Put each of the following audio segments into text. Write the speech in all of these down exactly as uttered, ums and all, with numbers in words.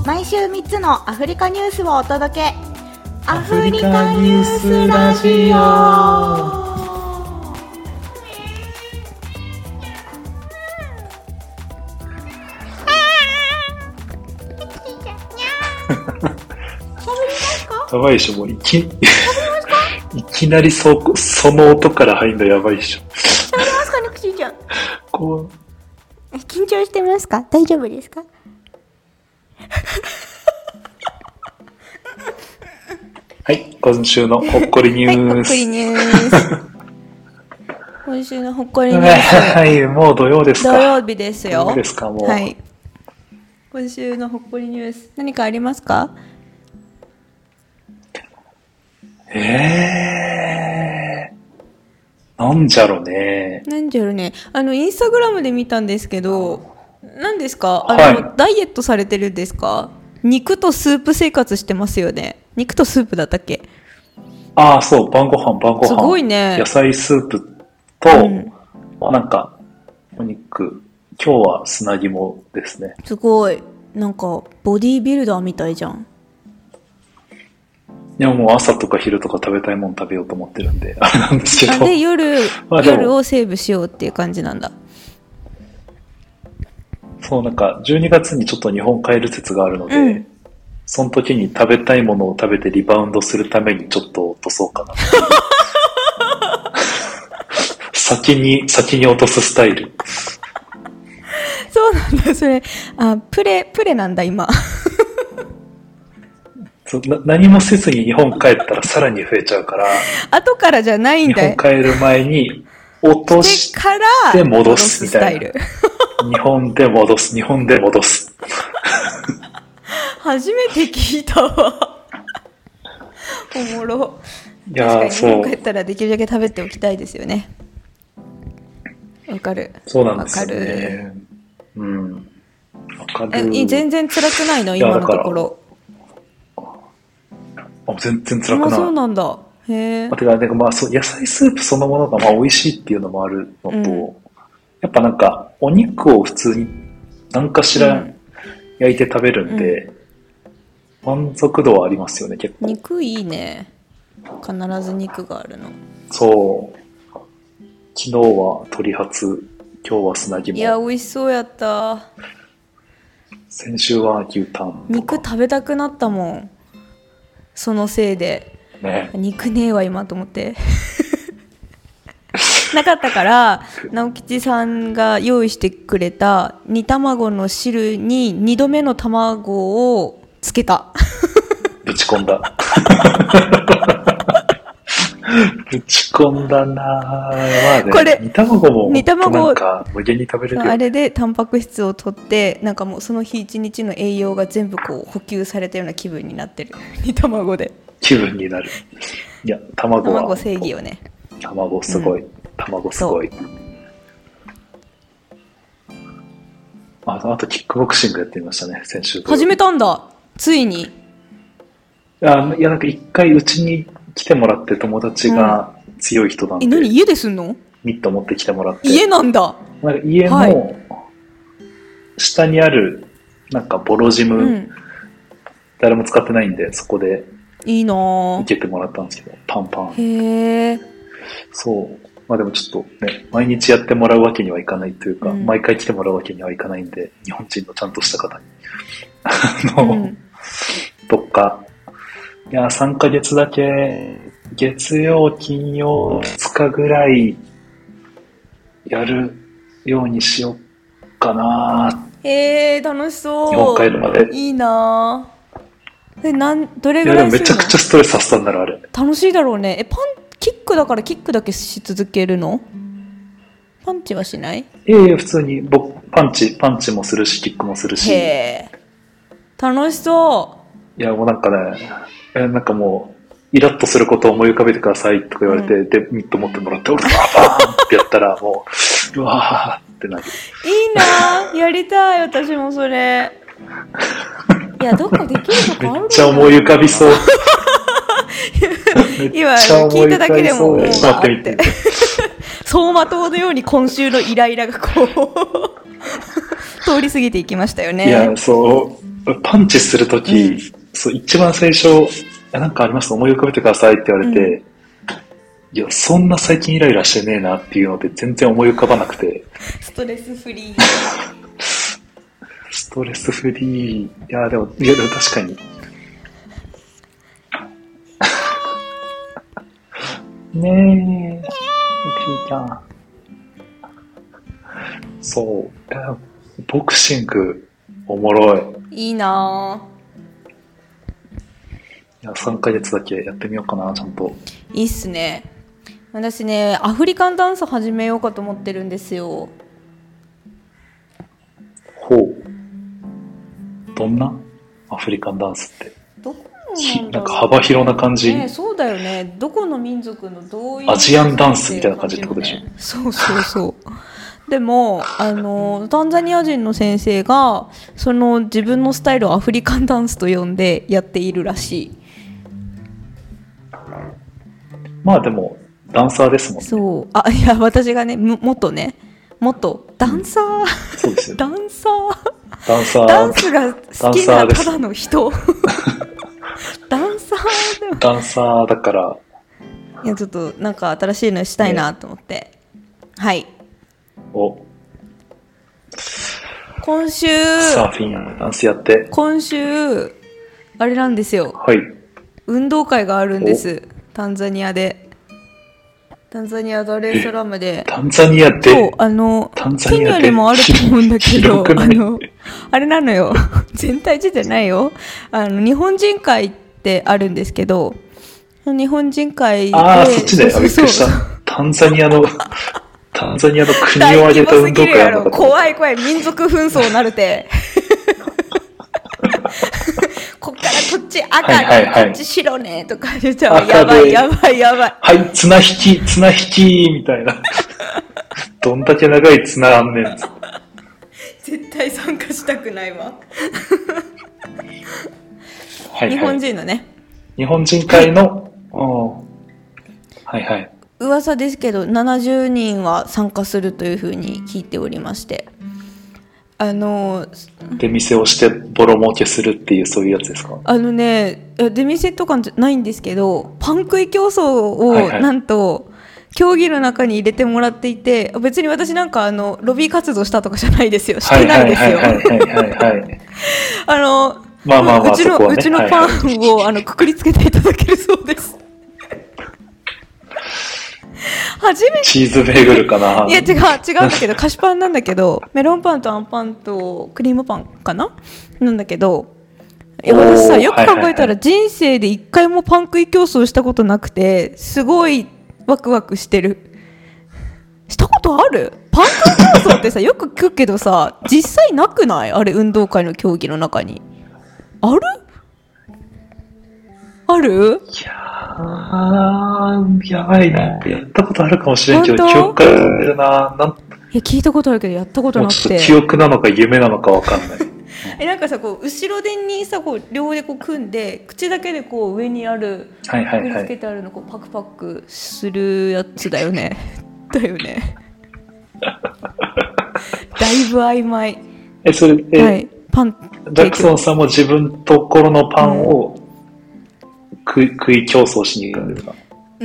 毎週みっつのアフリカニュースをお届け。アフリカニュースラジオ。 やばいでしょ、もういきいきなり そ, その音から入るのやばいでしょ。 喋れますかね、くしーちゃん。 こう緊張してますか？大丈夫ですか？ はい、今週のほっこりニュース。 はい、ほっこりニュース。今週のほっこりニュース。 はい、もう土曜ですか。 土曜日ですよ。 土曜ですか、もう。 はい。今週のほっこりニュース、何かありますか？ えー、なんじゃろね。 なんじゃろね。あのインスタグラムで見たんですけど、何ですか？あの、はい、ダイエットされてるんですか？肉とスープ生活してますよね。肉とスープだったっけ？ ああ、そう、晩ご飯晩ご飯。 すごいね。 野菜スープと、うん、まあ、なんかお肉。今日は砂肝ですね。 すごい。なんかボディービルダーみたいじゃん。 いや、もう朝とか昼とか食べたいもの食べようと思ってるんで、あれなんですけど。 で、夜、まあ、夜をセーブしようっていう感じなんだ。 そう、なんか、じゅうにがつにちょっと日本帰る説があるので、うん、その時に食べたいものを食べてリバウンドするためにちょっと落とそうかな。先に、先に落とすスタイル。 そうなんだ、それ。あ、プレ、プレなんだ、今。 な何もせずに日本帰ったらさらに増えちゃうから後からじゃないんだよ。 日本帰る前に落として戻すみたいな。日本で戻す日本で戻す。 初めて聞いたわ。おもろ。 いやー、そう。 日本帰ったらできるだけ食べておきたいですよね。わかる。 そうなんですよね。うん。わかる。 え、全然辛くないの今のところ。 全然辛くない。 そうなんだ。へえ。 てか、なんかまあ、そう、野菜スープそのものがまあ美味しいっていうのもあるのと、うん、やっぱなんかお肉を普通に何かしら焼いて食べるんで、うんうん、満足度はありますよね、結構。 肉いいね。必ず肉があるの。 そう。昨日は鶏ハツ、今日は砂肝。 いや、美味しそうやった。 先週は牛タン。 肉食べたくなったもん。そのせいで、ね、肉ねえわ今と思ってなかったから直吉さんが用意してくれた煮卵の汁ににどめの卵をつけた。 ぶち込んだ。ぶち込んだな。まあね、これ煮卵も煮卵なんか無限に食べれるよね。 あれでタンパク質を取ってなんかもうその日一日の栄養が全部こう補給されたような気分になってる。煮卵で気分になる。いや、卵は卵正義よね。 卵すごい、うん、卵すごい。あ, あとキックボクシングやってみましたね、先週。 始めたんだ、ついに。 あ、いや、なんか一回うちに来てもらって友達が強い人なんで、 うん、え、何家ですんの？ ミット持ってきてもらって。 家なんだ。 なんか家の下にあるなんかボロジム、うん、誰も使ってないんでそこでいいなぁ。 受けてもらったんですけど、パンパン。 へー。 そう。まあでもちょっとね、毎日やってもらうわけにはいかないというか、うん、毎回来てもらうわけにはいかないんで、日本人のちゃんとした方に。あの、うん、どっか、いや、さんかげつだけ、月曜、金曜、ふつかぐらい、やるようにしようかな。 へー、楽しそう。 日本帰るまで。 いいなぁ。え、なん、どれぐらいするの？ いや、でもめちゃくちゃストレス発散になる、あれ。 楽しいだろうね。え、パン、キックだからキックだけし続けるの？パンチはしない？ いやいや、普通に僕パンチパンチもするしキックもするし。 へー、楽しそう。 いや、もうなんかね、えなんかもうイラッとすることを思い浮かべてくださいとか言われて、うん、でミット持ってもらって俺バーンってやったらもううわーってなる。 いいな、やりたい。私もそれ。いや、どっかできるとかあるのかな。 めっちゃ思い浮かびそう。 今聞いただけでももうバーって走馬灯のように今週のイライラがこう通り過ぎていきましたよね。 いや、そうパンチするとき、うん、そう、一番最初、なんかあります思い浮かべてくださいって言われて、うん、いや、そんな最近イライラしてねえなっていうので全然思い浮かばなくて。 ストレスフリー。 ストレスフリー。いや、でも、いや、でも確かに。ねえ、ピーちゃん。そう。ボクシング、おもろい。いいなぁ。 いや、さんかげつだけやってみようかな、ちゃんと。 いいっすね。私ね、アフリカンダンス始めようかと思ってるんですよ。 ほう。どんなアフリカンダンスって。 どこなんだろう、ね、 なんか幅広な感じ、 ね、そうだよね。どこの民族のどういうアジアンダンスみたいな感じってことでしょ。 そうそうそうでもあのタンザニア人の先生がその自分のスタイルをアフリカンダンスと呼んでやっているらしい。 まあでもダンサーですもんね。 そう。あ、いや私がね元ね元ダンサー、 そうですよ、 ダンサーダンサーダンスが好きなただの人ダンサーでもダンサーだから。 いやちょっとなんか新しいのしたいなと思って、ね、はい。 お今週サーフィンダンスやって今週あれなんですよ、 はい、 運動会があるんです。タンザニアでタンザニアダレーサラムで。 タンザニアでそうあのケニアにもあると思うんだけどあのあれなのよ全体字じゃないよ。あの日本人会ってあるんですけど、日本人会でああそっちで、そうそうそう、びっくりした。タンザニアのタンザニアの国を挙げた運動会あるのかと。 怖い怖い、民族紛争なるてこっからこっち赤ね、はいはいはい、こっち白ねとか言っちゃう。やばいやばいやばい。 はい、綱引き綱引きみたいなどんだけ長い綱あんねん絶対参加したくないわはい、はい、 日本人のね、 日本人会の、はいはい、 噂ですけどななじゅうにんは参加するというふうに聞いておりまして、あの出店をしてボロ儲けするっていうそういうやつですか。 あのね出店とかじゃないんですけど、パン食い競争をなんと、はいはい、競技の中に入れてもらっていて、別に私なんかあのロビー活動したとかじゃないですよ、してないですよ。あのまあまあまあ、 うちの、 そこはね、 うちのパンを、はい、あのくくりつけていただけるそうです初めてチーズベーグルかな。 いや違う違うんだけど菓子パンなんだけど、メロンパンとあんパンとクリームパンかななんだけど、いや私さよく考えたら人生で一回もパン食い競争したことなくて、すごいワクワクしてる。したことある？パン食い競争ってさよく聞くけどさ実際なくない？あれ運動会の競技の中にある？ある？ いやー、やばいな。やったことあるかもしれんけど、記憶があるな。なんいや、聞いたことあるけど、やったことなくて。 ちょっと記憶なのか夢なのかわかんない。 え、なんかさ、こう、後ろ手にさ、こう、両腕こう組んで、口だけでこう、上にある、 はいはいはい。 くりつけてあるのこう、パクパクするやつだよね。だよね。だいぶ曖昧。 え、それ、え、 はい、パン。 ジャクソンさんも自分ところのパンを、うん食い、食い競争しに行くんですか？うん。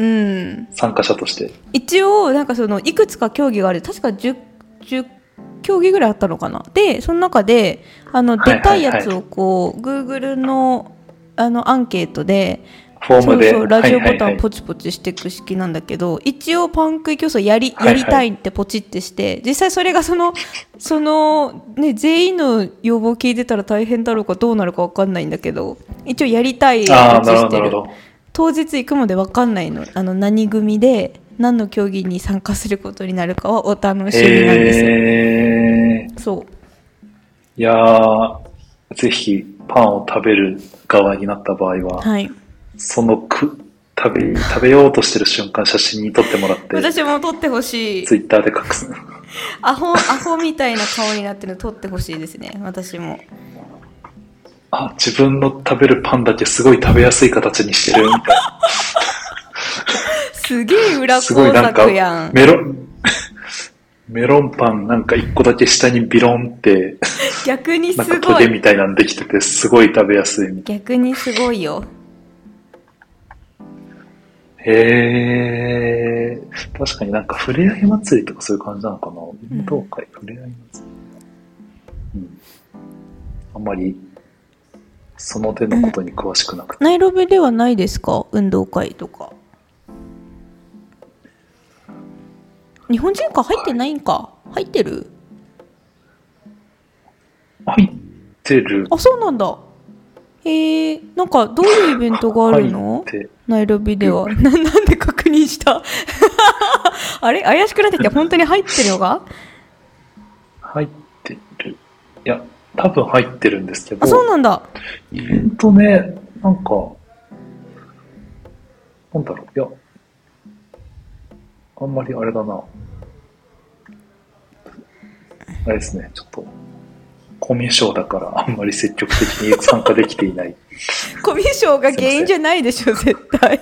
参加者として。 一応、なんかその、いくつか競技がある。確かじゅう、じゅう競技ぐらいあったのかな。で、その中で、あの、出たいやつをこう、Google の、あの、アンケートで、 フォームで。 そうそう、ラジオボタンポチポチしていく式なんだけど、はいはいはい、一応パン食い競争やり、やりたいってポチってして、はいはい、実際それがその、その、ね、全員の要望聞いてたら大変だろうかどうなるか分かんないんだけど、一応やりたいポチしてる。当日行くまで分かんないの。あの、何組で、何の競技に参加することになるかはお楽しみなんですよ。 えー、 そう。 いやー、ぜひパンを食べる側になった場合は、はい。そのく食べ食べようとしてる瞬間写真に撮ってもらって私も撮ってほしい。 ツイッターで隠すアホアホみたいな顔になってるの撮ってほしいですね。私もあ自分の食べるパンだけすごい食べやすい形にしてるみたいなすげえ裏工作やん。 メロンメロンパンなんか一個だけ下にビロンって逆にすなんかごい。 トゲみたいなんできてて、すごい食べやすいみたい逆にすごいよ。 な。へー。確かになんかふれあい祭りとかそういう感じなのかな。運動会、ふれあい祭り。うん。あんまり、その手のことに詳しくなくて。 ナイロビではないですか、運動会とか。日本人か入ってないんか。入ってる？ 入ってる。 あ、そうなんだ。へえ、なんかどういうイベントがあるの？ 入ってナイロビでは。な、なんで確認したあれ怪しくなってきて、本当に入ってるのが？ 入ってる。いや、多分入ってるんですけど。 あ、そうなんだ。 イベントね、なんか、なんだろう、いや、あんまりあれだな。あれですね、ちょっと、コミュ障だからあんまり積極的に参加できていない。 コミュ障が原因じゃないでしょ、絶対。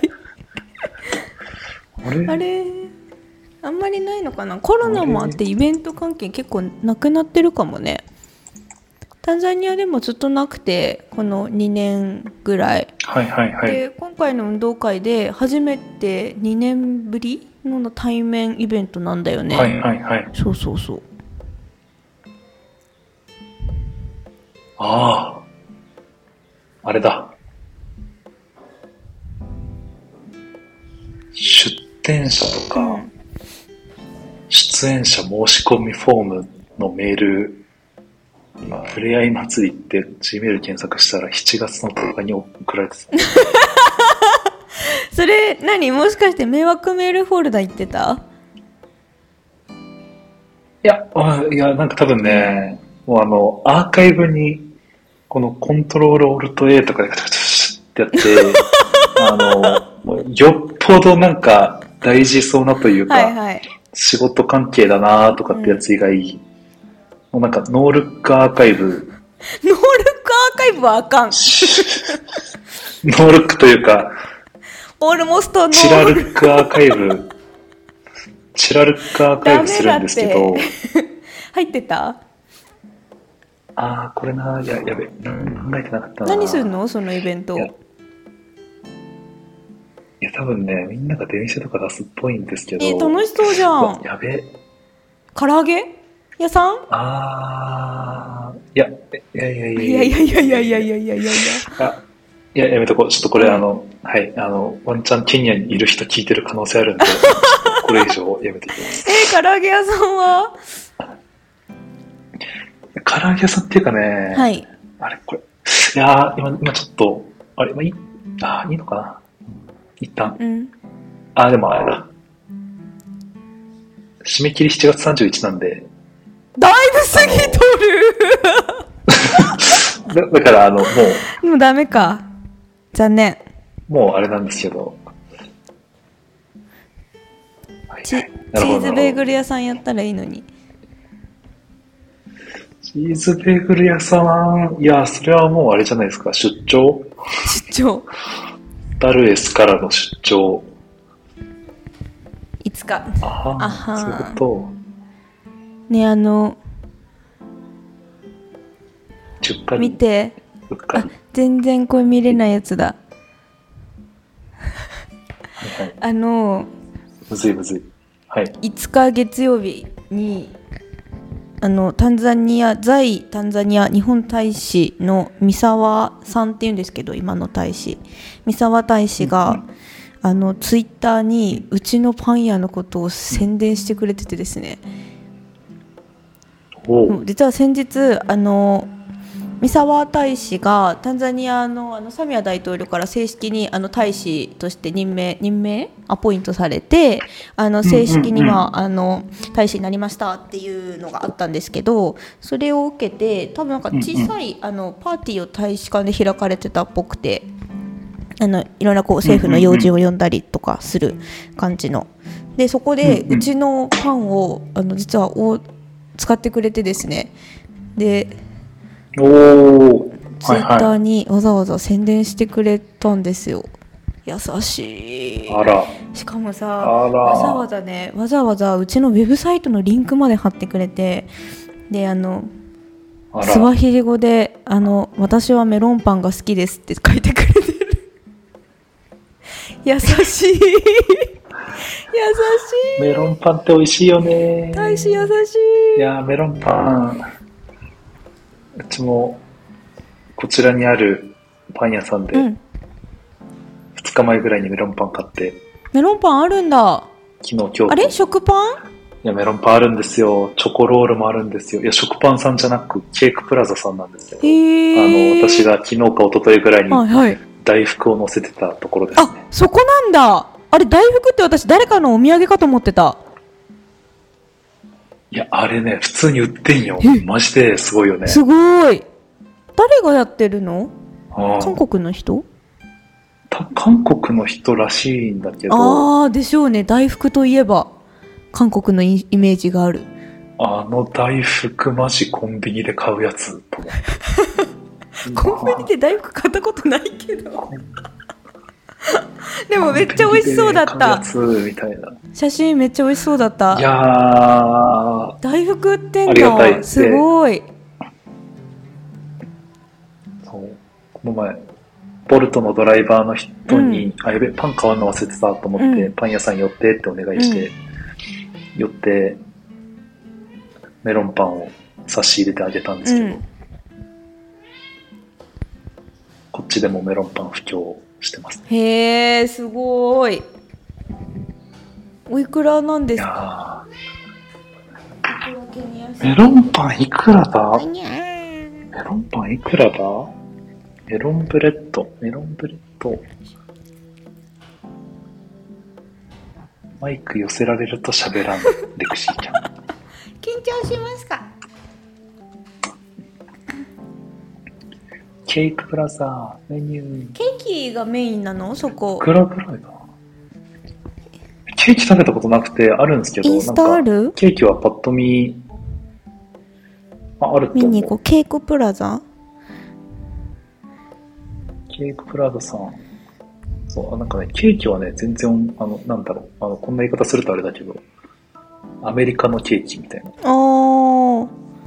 あれあれあんまりないのかな。コロナもあってイベント関係結構なくなってるかもね。タンザニアでもずっとなくて、このにねんぐらい。 はいはいはい。 で、今回の運動会で初めてにねんぶりの対面イベントなんだよね。 はいはいはい。 そうそうそう。 ああ。あれだ。出展者とか、 うん、 出演者申し込みフォームのメール、今、ふれあい祭りって Gmail 検索したらしちがつのとおかに送られてた。 それ何、もしかして迷惑メールフォルダ行ってた？ いや、あいや、なんか多分ね、もうあの、アーカイブに、このコントロールオルト A とかでカチャカチャってやって、あの、もうよっぽどなんか大事そうなというか、 はいはい。 仕事関係だなとかってやつ以外、もうなんかノールックアーカイブ、 ノールックアーカイブはあかん。 ノールックというか、 オールモストノチラール。 ルックアーカイブ、チラルックアーカイブするんですけど、 入ってた？ ああ、これな、や、やべ、考えてなかったな。 何するのそのイベント？ いや、いや多分ね、みんなが出店とか出すっぽいんですけど。 え、楽しそうじゃん。 やべ。 唐揚げ屋さん？ ああ、いや、いやいやいやいやいやいやいやいやいやいやいやいや。 あ、いや、やめとこう。ちょっとこれ、あの、はい、あの、ワンチャンケニアにいる人聞いてる可能性あるんで、ちょっとこれ以上やめていきます。 えー、唐揚げ屋さんは？ 唐揚げ屋さんっていうかね、 はい。 あれ、これ、いやー、今、今ちょっと、あれ、まあ、いい、あーいいのかな一旦。 うん。 あー、でもあれだ。締め切りしちがつさんじゅういちなんで。 だいぶ過ぎとるだだから、あの、もう。 もうダメか。残念。 もうあれなんですけど。 チ, チーズベーグル屋さんやったらいいのに。 チーズベーグル屋さん、いや、それはもうあれじゃないですか、出張出張。 ダルエスからの出張。 いつか。 ああ、 はそういうこと。 ね、あの、 じゅっかり。 見て。 うっかり。 あ、全然これ見れないやつだ。 はいはい、 あの、 むずいむずい。はい。 いつか月曜日に、あのタンザニア在タンザニア日本大使の三沢さんっていうんですけど、今の大使三沢大使が、うん、あのツイッターにうちのパン屋のことを宣伝してくれててですね、 お実は先日あの三沢大使がタンザニア の, あのサミア大統領から正式にあの大使として任命任命アポイントされて、あの正式に、まあ、あの大使になりましたっていうのがあったんですけど、それを受けて多分なんか小さいあのパーティーを大使館で開かれてたっぽくて、あのいろんなこう政府の要人を呼んだりとかする感じので、そこでうちのパンをあの実はお使ってくれてですね、でおー、 ツイッターにわざわざ宣伝してくれたんですよ。優しい。 あら。 しかもさ、わざわざね、わざわざうちのウェブサイトのリンクまで貼ってくれて、であのあスワヒリ語であの私はメロンパンが好きですって書いてくれてる。優しい優しい。 メロンパンって美味しいよね。 大使優しい。 いやーメロンパン、うちもこちらにあるパン屋さんでうんふつかまえぐらいにメロンパン買って、 メロンパンあるんだ。 昨日今日とあれ食パン？ いやメロンパンあるんですよ。チョコロールもあるんですよ。いや食パンさんじゃなくケークプラザさんなんですよ。 へー。 あの私が昨日か一昨日ぐらいにはいはい。 大福を乗せてたところですあ、 ね。 そこなんだ。あれ大福って私誰かのお土産かと思ってた。 いやあれね普通に売ってんよ。 えマジですごいよね。 すごい。誰がやってるの？ あー韓国の人？ た韓国の人らしいんだけど、 ああでしょうね。大福といえば韓国のイイメージがある。 あの大福マジコンビニで買うやつと思ってコンビニで大福買ったことないけどでもめっちゃ美味しそうだったコンビニで買うやつみたいな。 写真めっちゃ美味しそうだった。 いやー大福売ってんありがたいだ。すごい。 そうこの前ボルトのドライバーの人に、うん、あやべパン買わんの忘れてたと思って、うん、パン屋さん寄ってってお願いして、うん、寄ってメロンパンを差し入れてあげたんですけど、うん、こっちでもメロンパン布教してます、ね、 へーすごい。おいくらなんですか？ メロンパンいくらだ？メロンパンいくらだ？メロンブレッド、メロンブレッド。マイク寄せられると喋らん、レクシーちゃん。 緊張しますか？ ケークプラザ、メニュー。 ケーキがメインなの？そこ。 いくらぐらいだ？ケーキ食べたことなくてあるんですけど、 インスタある？ ケーキはパッと見、あ、あると思う。 見に行こう。ケークプラザ？ ケークプラザさん。そう、なんかね、ケーキはね、全然、あの、なんだろう、あの、こんな言い方するとあれだけど、アメリカのケーキみたいな。 あー。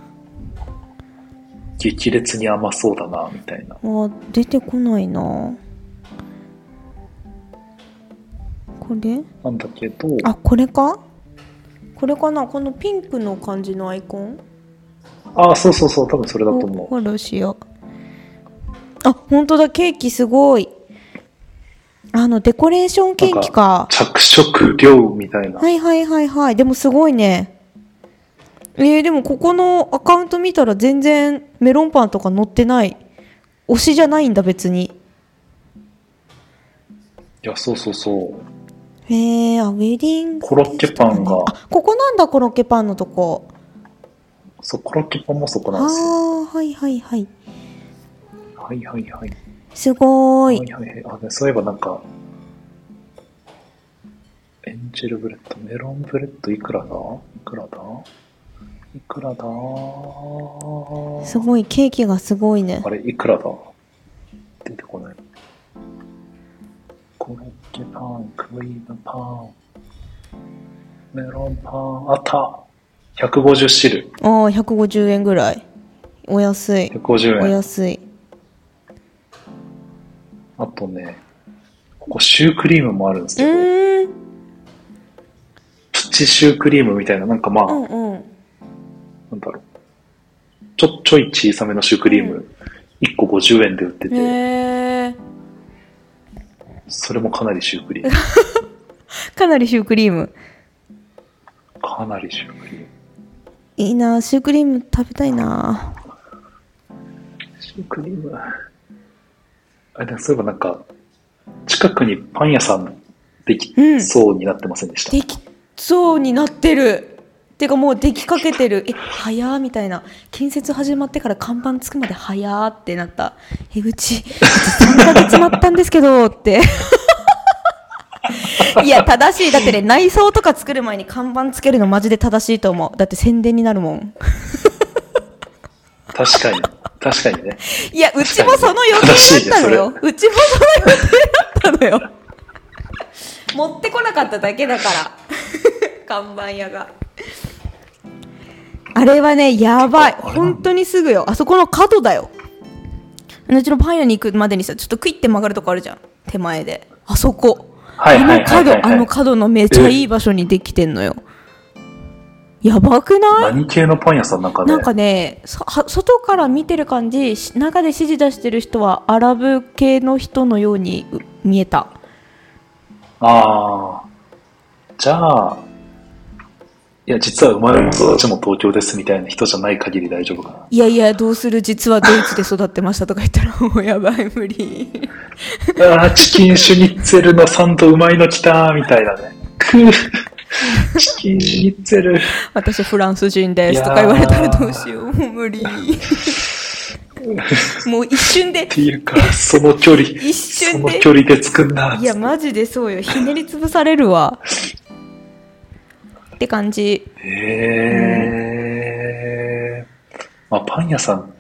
激烈に甘そうだな、みたいな。 あ、出てこないな。これ？ なんだけど。 あ、これか？これかな？このピンクの感じのアイコン？ ああ、そうそうそう、多分それだと思う。 フォローしよう。あ、本当だ、ケーキすごい。あの、デコレーションケーキか。 着色料みたいな。 はいはいはいはい。でもすごいね。えー、でもここのアカウント見たら全然メロンパンとか載ってない。推しじゃないんだ、別に。 いや、そうそうそう。 へえ、あ、ウェディング、 コロッケパンが。 あ、ここなんだ、コロッケパンのとこ。 そう、コロッケパンもそこなんですよ。 ああ、はいはいはい。 はいはいはい。すごーい。 はいはいはい。あ、ね、そういえばなんか、エンジェルブレッド、メロンブレッドいくらだ？いくらだ？いくらだ？ すごい、ケーキがすごいね。 あれ、いくらだ？出てこない。コロッケパン、クリームパン、メロンパン、あった！ひゃくごじゅうシル。 ああ、ひゃくごじゅうえんぐらい。お安い。 ひゃくごじゅうえん。 お安い。 あとね、ここシュークリームもあるんですけど、プチシュークリームみたいな、なんかまあ、 うんうん、 なんだろう、ちょ、ちょい小さめのシュークリーム、うん、いっこごじゅうえんで売ってて、 へー、 それもかなりシュークリーム。 かなりシュークリーム。 かなりシュークリーム。 いいな、シュークリーム食べたいな。 シュークリーム。あれだ、そういえばなんか、近くにパン屋さんできそうになってませんでした？ うん、できそうになってる。てかもうできかけてる。え、早ーみたいな。建設始まってから看板つくまで早ーってなった。え、うち、さんかげつ待ったんですけどって。いや、正しい。だってね、内装とか作る前に看板つけるのマジで正しいと思う。だって宣伝になるもん。 確かに。確かにね。 いや、うちもその予定だったのよ。うちもその予定だったのよ。持ってこなかっただけだから。看板屋が。 あれはね、やばい。本当にすぐよ。あそこの角だよ。うちのパン屋に行くまでにさ、ちょっとクイって曲がるとこあるじゃん。手前で。あそこ。 はいはいはいはいはい、 あの角、あの角のめちゃいい場所にできてんのよ。やばくない？ 何系のパン屋さんなんかね。 なんかね、そ外から見てる感じ、中で指示出してる人はアラブ系の人のように見えた。 ああ。じゃあ、いや、実は生まれも育ちも東京ですみたいな人じゃない限り大丈夫かな。 いやいや、どうする、実はドイツで育ってましたとか言ったらもうやばい、無理。 ああ、チキンシュニッツェルのサンドうまいの来たみたいなね。くぅ。チキンシュニッツェル。 私フランス人ですとか言われたらどうしよう。もう無理。もう一瞬で。 っていうか、その距離。 一瞬で。その距離で作んな。 いや、マジでそうよ。ひねり潰されるわ。って感じ。 へえ、うん。まあ、パン屋さんって、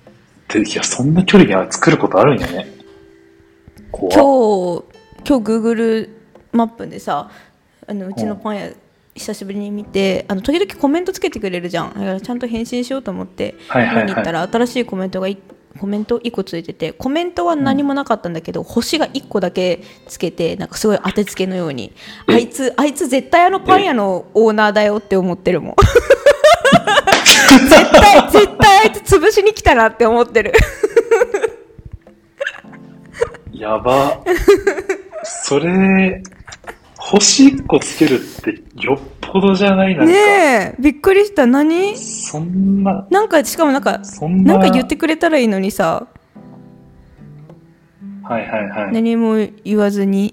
いや、そんな距離には作ることあるんやね。 今日、今日 Google マップでさ、あのうちのパン屋、久しぶりに見て、あの時々コメントつけてくれるじゃん。だからちゃんと返信しようと思って見に行ったら、新しいコメントがコメントいっこついてて、コメントは何もなかったんだけど、うん、星がいっこだけつけて、なんかすごい当てつけのように、あいつあいつ絶対あのパン屋のオーナーだよって思ってるもん。絶対絶対あいつ潰しに来たなって思ってる。 やば。それ星いっこつけるってよっぽどじゃない？なんかねえ、びっくりした。何？ そんななんかしかもなんかそんななんか言ってくれたらいいのにさ、 はいはいはい、 何も言わずに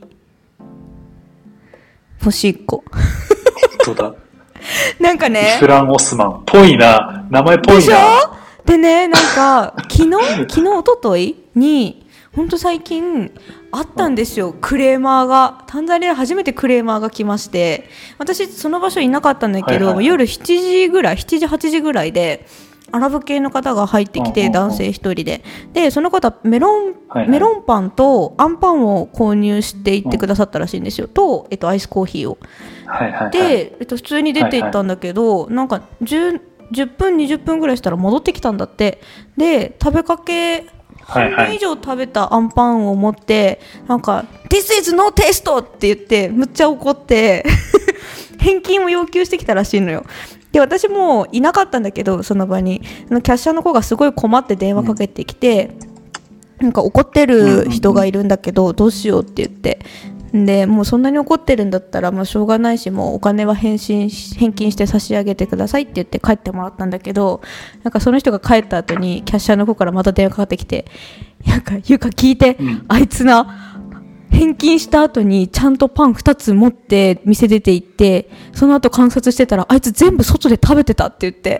星いっこ。 本当だ。 なんかね、 フラン・オスマンぽいな、名前ぽいな。 でしょ？でね、なんか昨日昨日一昨日にほんと最近あったんですよ、クレーマーが。タンザニアで初めてクレーマーが来まして、私その場所いなかったんだけど、はいはいはい、夜しちじぐらいしちじはちじぐらいでアラブ系の方が入ってきて、男性一人ででその方メロン、はいはい、メロンパンとアンパンを購入していってくださったらしいんですよ、と、えっと、アイスコーヒーを、 はいはいはい、 で、えっと、普通に出て行ったんだけど、はいはい、なんか 10, じゅっぷんにじゅっぷんぐらいしたら戻ってきたんだって。で食べかけ半分以上食べたアンパンを持って、なんか This is no taste って言ってむっちゃ怒って返金を要求してきたらしいのよ。で私もいなかったんだけど、その場にキャッシャーの子がすごい困って電話かけてきて、うん、なんか怒ってる人がいるんだけどどうしようって言って、でもうそんなに怒ってるんだったらもうしょうがないし、もうお金は返信返金して差し上げてくださいって言って帰ってもらったんだけど、なんかその人が帰った後にキャッシャーの子からまた電話かかってきて、なんかゆか聞いて、うん、あいつな返金した後にちゃんとパンふたつ持って店出て行って、その後観察してたらあいつ全部外で食べてたって言って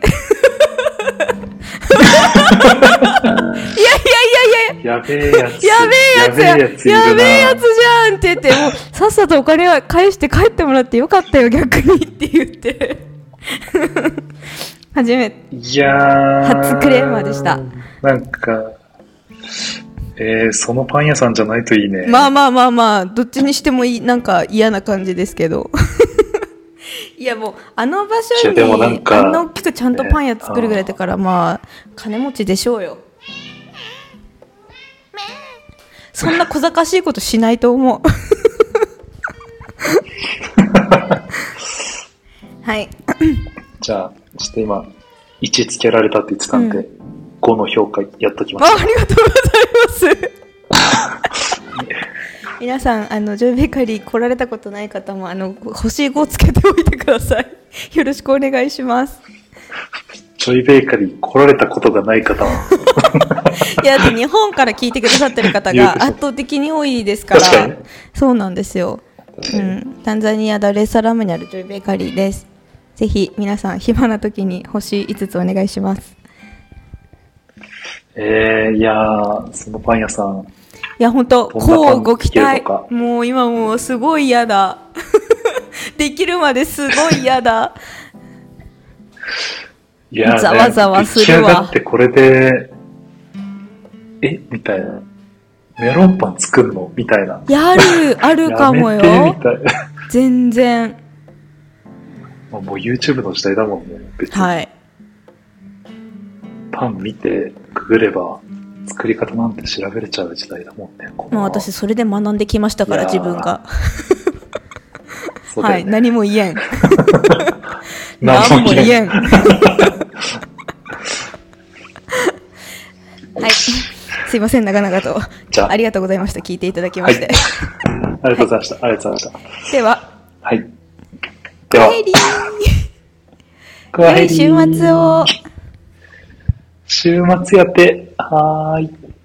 いやいやいやいややべえやつやべえやつややべえやつじゃんって言って、もうさっさとお金は返して帰ってもらってよかったよ逆にって言って初めて、 いや初クレーマーでした。 なんかえー、そのパン屋さんじゃないといいね。 まあまあまあまあ、どっちにしてもいい、なんか嫌な感じですけどいやもうあの場所にあんな大きくちゃんとパン屋作るぐらいだから、まあ金持ちでしょうよ。そんな小賢しいことしないと思うはいじゃあちょっと今いちつけられたって言ってたんで、うん、ごの評価やっときました。 あ, ありがとうございます皆さん、あのジョイベーカリー来られたことない方もあの星ごつけておいてくださいよろしくお願いします。 ジョイベーカリー来られたことがない方はいやだって日本から聞いてくださってる方が圧倒的に多いですから。そうなんですよ、うん、タンザニアダレッサラムにあるジョイベーカリーです。ぜひ皆さん暇な時に星いつつお願いします。 えー、いやー、そのパン屋さん、 いや本当こうご期待。もう今もうすごい嫌だできるまですごい嫌だいや、 ざわざわするわ。 出来上がってこれでえみたいな、メロンパン作るのみたいな。 やるあるかもよ。 やめてみたいな全然もう YouTube の時代だもんね別に。 はい。 パン見てググれば作り方なんて調べれちゃう時代だもんね。 まあ私それで学んできましたから自分が。 そうだよね、 はい、何も言えん。 何も言えん。 はい、すいません長々と。じゃあ、ありがとうございました。聞いていただきまして。 はい、ありがとうございました。はい、ありがとうございました。 では。 はい。では。 良い週末を。 週末やって、はーい。